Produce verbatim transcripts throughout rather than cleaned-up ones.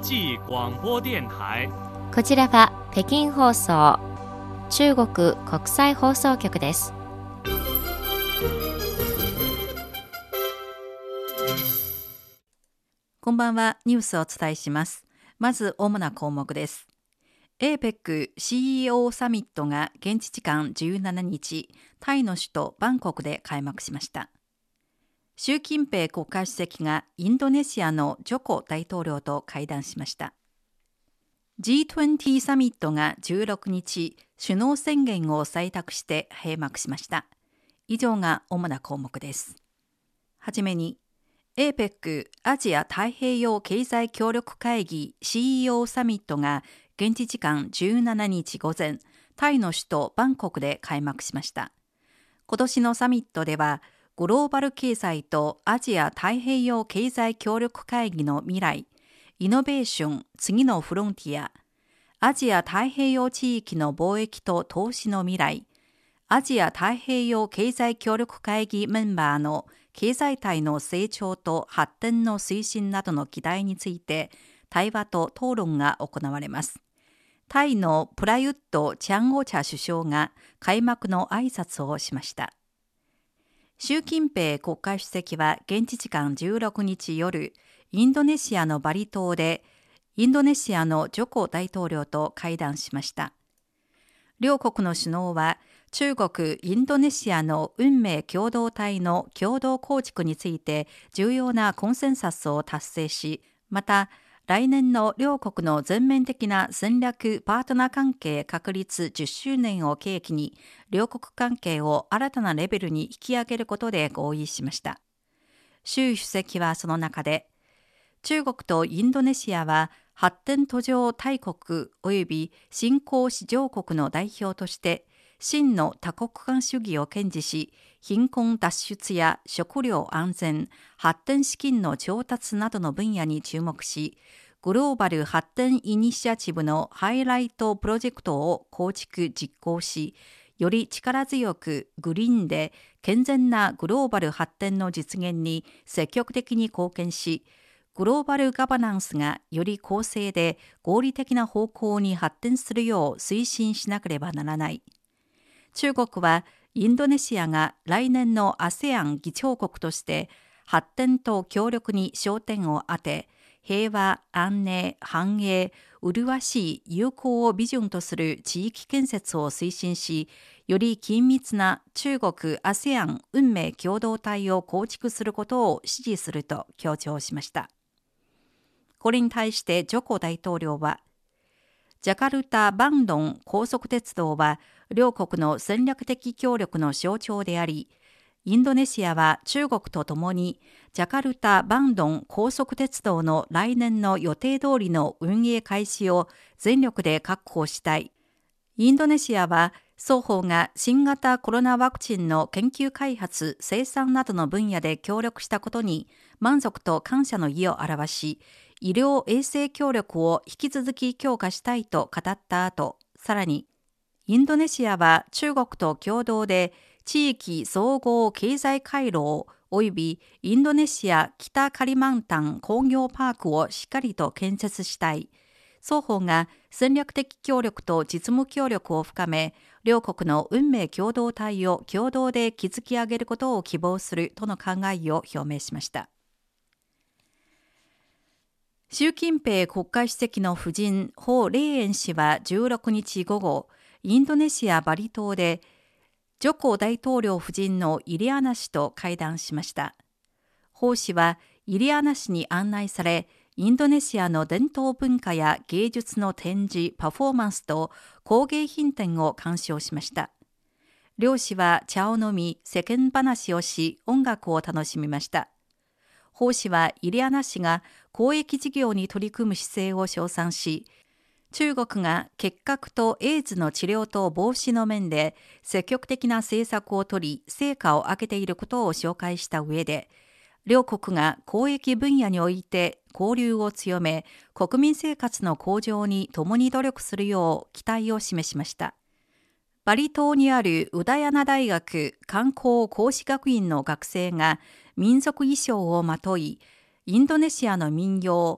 際广播電台。 こちらは北京放送、中国国際放送局です。 こんばんは。ニュースをお伝えします。まず主な項目です。エーペック シーイーオー サミットが現地時間じゅうしちにち、タイの首都バンコクで開幕しました。習近平国家主席がインドネシアのジョコ大統領と会談しました。ジーにじゅう サミットがじゅうろくにち、首脳宣言を採択して閉幕しました。以上が主な項目です。はじめに、エーペック アジア太平洋経済協力会議 シーイーオー サミットが現地時間じゅうしちにち午前、タイの首都バンコクで開幕しました。今年のサミットでは、グローバル経済とアジア太平洋経済協力会議の未来、イノベーション次のフロンティア、アジア太平洋地域の貿易と投資の未来、アジア太平洋経済協力会議メンバーの経済体の成長と発展の推進などの議題について対話と討論が行われます。タイのプラユット・チャンオチャ首相が開幕の挨拶をしました。習近平国家主席は現地時間じゅうろくにち夜、インドネシアのバリ島でインドネシアのジョコ大統領と会談しました。両国の首脳は中国・インドネシアの運命共同体の共同構築について重要なコンセンサスを達成し、また来年の両国の全面的な戦略パートナー関係確立じゅっしゅうねんを契機に、両国関係を新たなレベルに引き上げることで合意しました。習主席はその中で、中国とインドネシアは発展途上大国及び新興市場国の代表として、真の多国間主義を堅持し、貧困脱出や食料安全、発展資金の調達などの分野に注目し、グローバル発展イニシアチブのハイライトプロジェクトを構築実行し、より力強くグリーンで健全なグローバル発展の実現に積極的に貢献し、グローバルガバナンスがより公正で合理的な方向に発展するよう推進しなければならない。中国はインドネシアが来年の アセアン 議長国として発展と協力に焦点を当て、平和、安寧、繁栄、麗しい友好をビジョンとする地域建設を推進し、より緊密な中国 アセアン 運命共同体を構築することを支持すると強調しました。これに対してジョコ大統領は、ジャカルタ・バンドン高速鉄道は両国の戦略的協力の象徴であり、インドネシアは中国とともにジャカルタ・バンドン高速鉄道の来年の予定通りの運営開始を全力で確保したい。インドネシアは双方が新型コロナワクチンの研究開発・生産などの分野で協力したことに満足と感謝の意を表し、医療衛生協力を引き続き強化したいと語った後、さらに、インドネシアは中国と共同で地域総合経済回廊及びインドネシア北カリマンタン工業パークをしっかりと建設したい。双方が戦略的協力と実務協力を深め、両国の運命共同体を共同で築き上げることを希望するとの考えを表明しました。習近平国家主席の夫人、彭麗媛氏はじゅうろくにち午後、インドネシア・バリ島で、ジョコ大統領夫人のイリアナ氏と会談しました。彭氏はイリアナ氏に案内され、インドネシアの伝統文化や芸術の展示、パフォーマンスと工芸品展を鑑賞しました。両氏は茶を飲み、世間話をし、音楽を楽しみました。彭氏はイリアナ氏が公益事業に取り組む姿勢を称賛し、中国が結核とエイズの治療と防止の面で積極的な政策を取り、成果を上げていることを紹介した上で、両国が公益分野において交流を強め、国民生活の向上に共に努力するよう期待を示しました。バリ島にあるウダヤナ大学観光講師学院の学生が民族衣装をまとい、インドネシアの民謡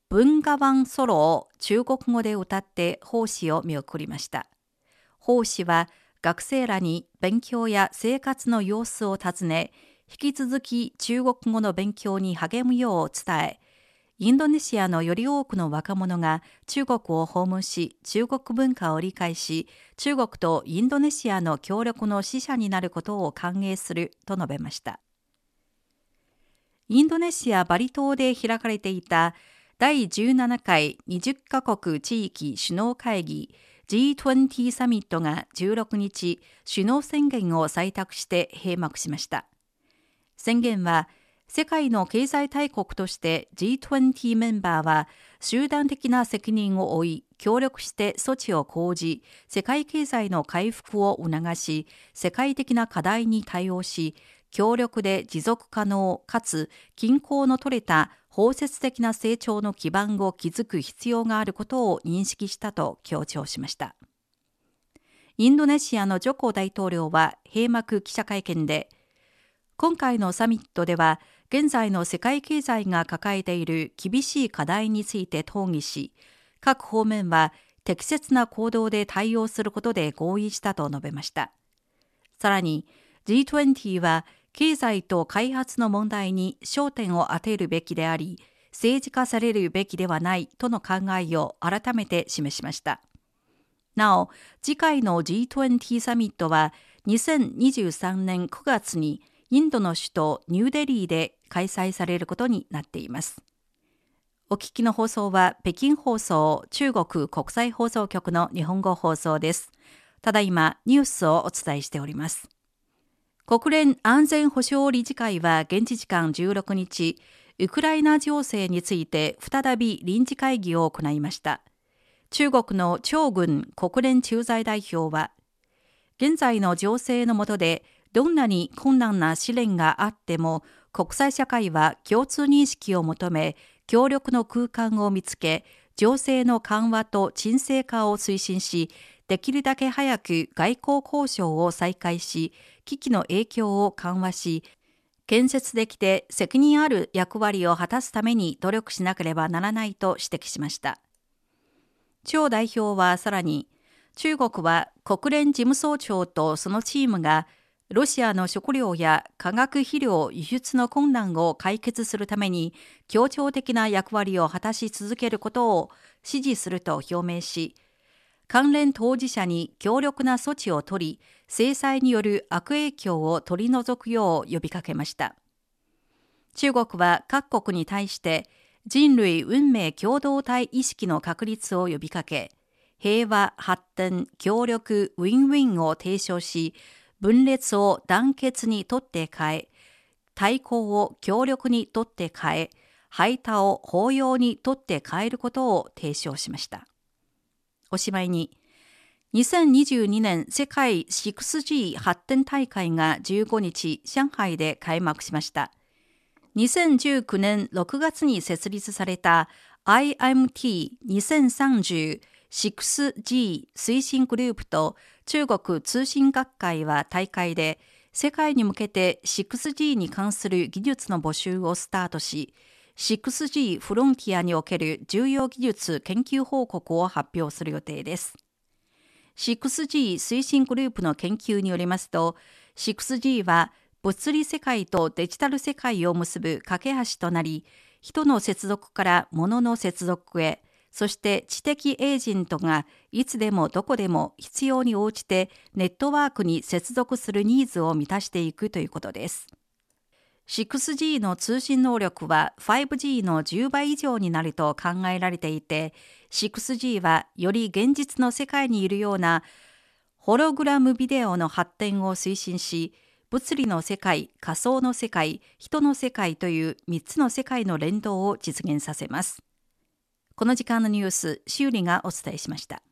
文化版ソロを中国語で歌って奉仕を見送りました。奉仕は学生らに勉強や生活の様子を尋ね、引き続き中国語の勉強に励むよう伝え、インドネシアのより多くの若者が中国を訪問し、中国文化を理解し、中国とインドネシアの協力の使者になることを歓迎すると述べました。インドネシア・バリ島で開かれていただいじゅうななかいにじゅっかこく地域首脳会議 ジーにじゅう サミットがじゅうろくにち、首脳宣言を採択して閉幕しました。宣言は、世界の経済大国として ジーにじゅう メンバーは集団的な責任を負い、協力して措置を講じ、世界経済の回復を促し、世界的な課題に対応し、強力で持続可能かつ均衡の取れた包摂的な成長の基盤を築く必要があることを認識したと強調しました。インドネシアのジョコ大統領は閉幕記者会見で、今回のサミットでは現在の世界経済が抱えている厳しい課題について討議し、各方面は適切な行動で対応することで合意したと述べました。さらに ジーにじゅう は経済と開発の問題に焦点を当てるべきであり、政治化されるべきではないとの考えを改めて示しました。なお、次回の ジーにじゅう サミットはにせんにじゅうさんねんくがつにインドの首都ニューデリーで開催されることになっています。お聞きの放送は北京放送中国国際放送局の日本語放送です。ただいまニュースをお伝えしております。国連安全保障理事会は現地時間じゅうろくにち、ウクライナ情勢について再び臨時会議を行いました。中国の張軍国連駐在代表は、現在の情勢の下でどんなに困難な試練があっても、国際社会は共通認識を求め、協力の空間を見つけ、情勢の緩和と沈静化を推進し、できるだけ早く外交交渉を再開し、危機の影響を緩和し、建設的で責任ある役割を果たすために努力しなければならないと指摘しました。張代表はさらに、中国は国連事務総長とそのチームが、ロシアの食料や化学肥料輸出の困難を解決するために協調的な役割を果たし続けることを支持すると表明し、関連当事者に強力な措置を取り、制裁による悪影響を取り除くよう呼びかけました。中国は各国に対して人類運命共同体意識の確立を呼びかけ、平和、発展、協力、ウィンウィンを提唱し、分裂を団結にとって変え、対抗を協力にとって変え、排他を包容にとって変えることを提唱しました。おしまいに、にせんにじゅうにねん世界 シックスジー 発展大会がじゅうごにち、上海で開幕しました。にせんじゅうきゅうねんろくがつに設立された アイエムティーにせんさんじゅう シックスジー 推進グループと中国通信学会は大会で世界に向けて シックスジー に関する技術の募集をスタートし、シックスジー フロンティアにおける重要技術研究報告を発表する予定です。シックスジー 推進グループの研究によりますと、シックスジー は物理世界とデジタル世界を結ぶ架け橋となり、人の接続から物の接続へ、そして知的エージェントがいつでもどこでも必要に応じてネットワークに接続するニーズを満たしていくということです。シックスジー の通信能力は ファイブジー のじゅうばい以上になると考えられていて、シックスジー はより現実の世界にいるようなホログラムビデオの発展を推進し、物理の世界、仮想の世界、人の世界というみっつの世界の連動を実現させます。この時間のニュース、修理がお伝えしました。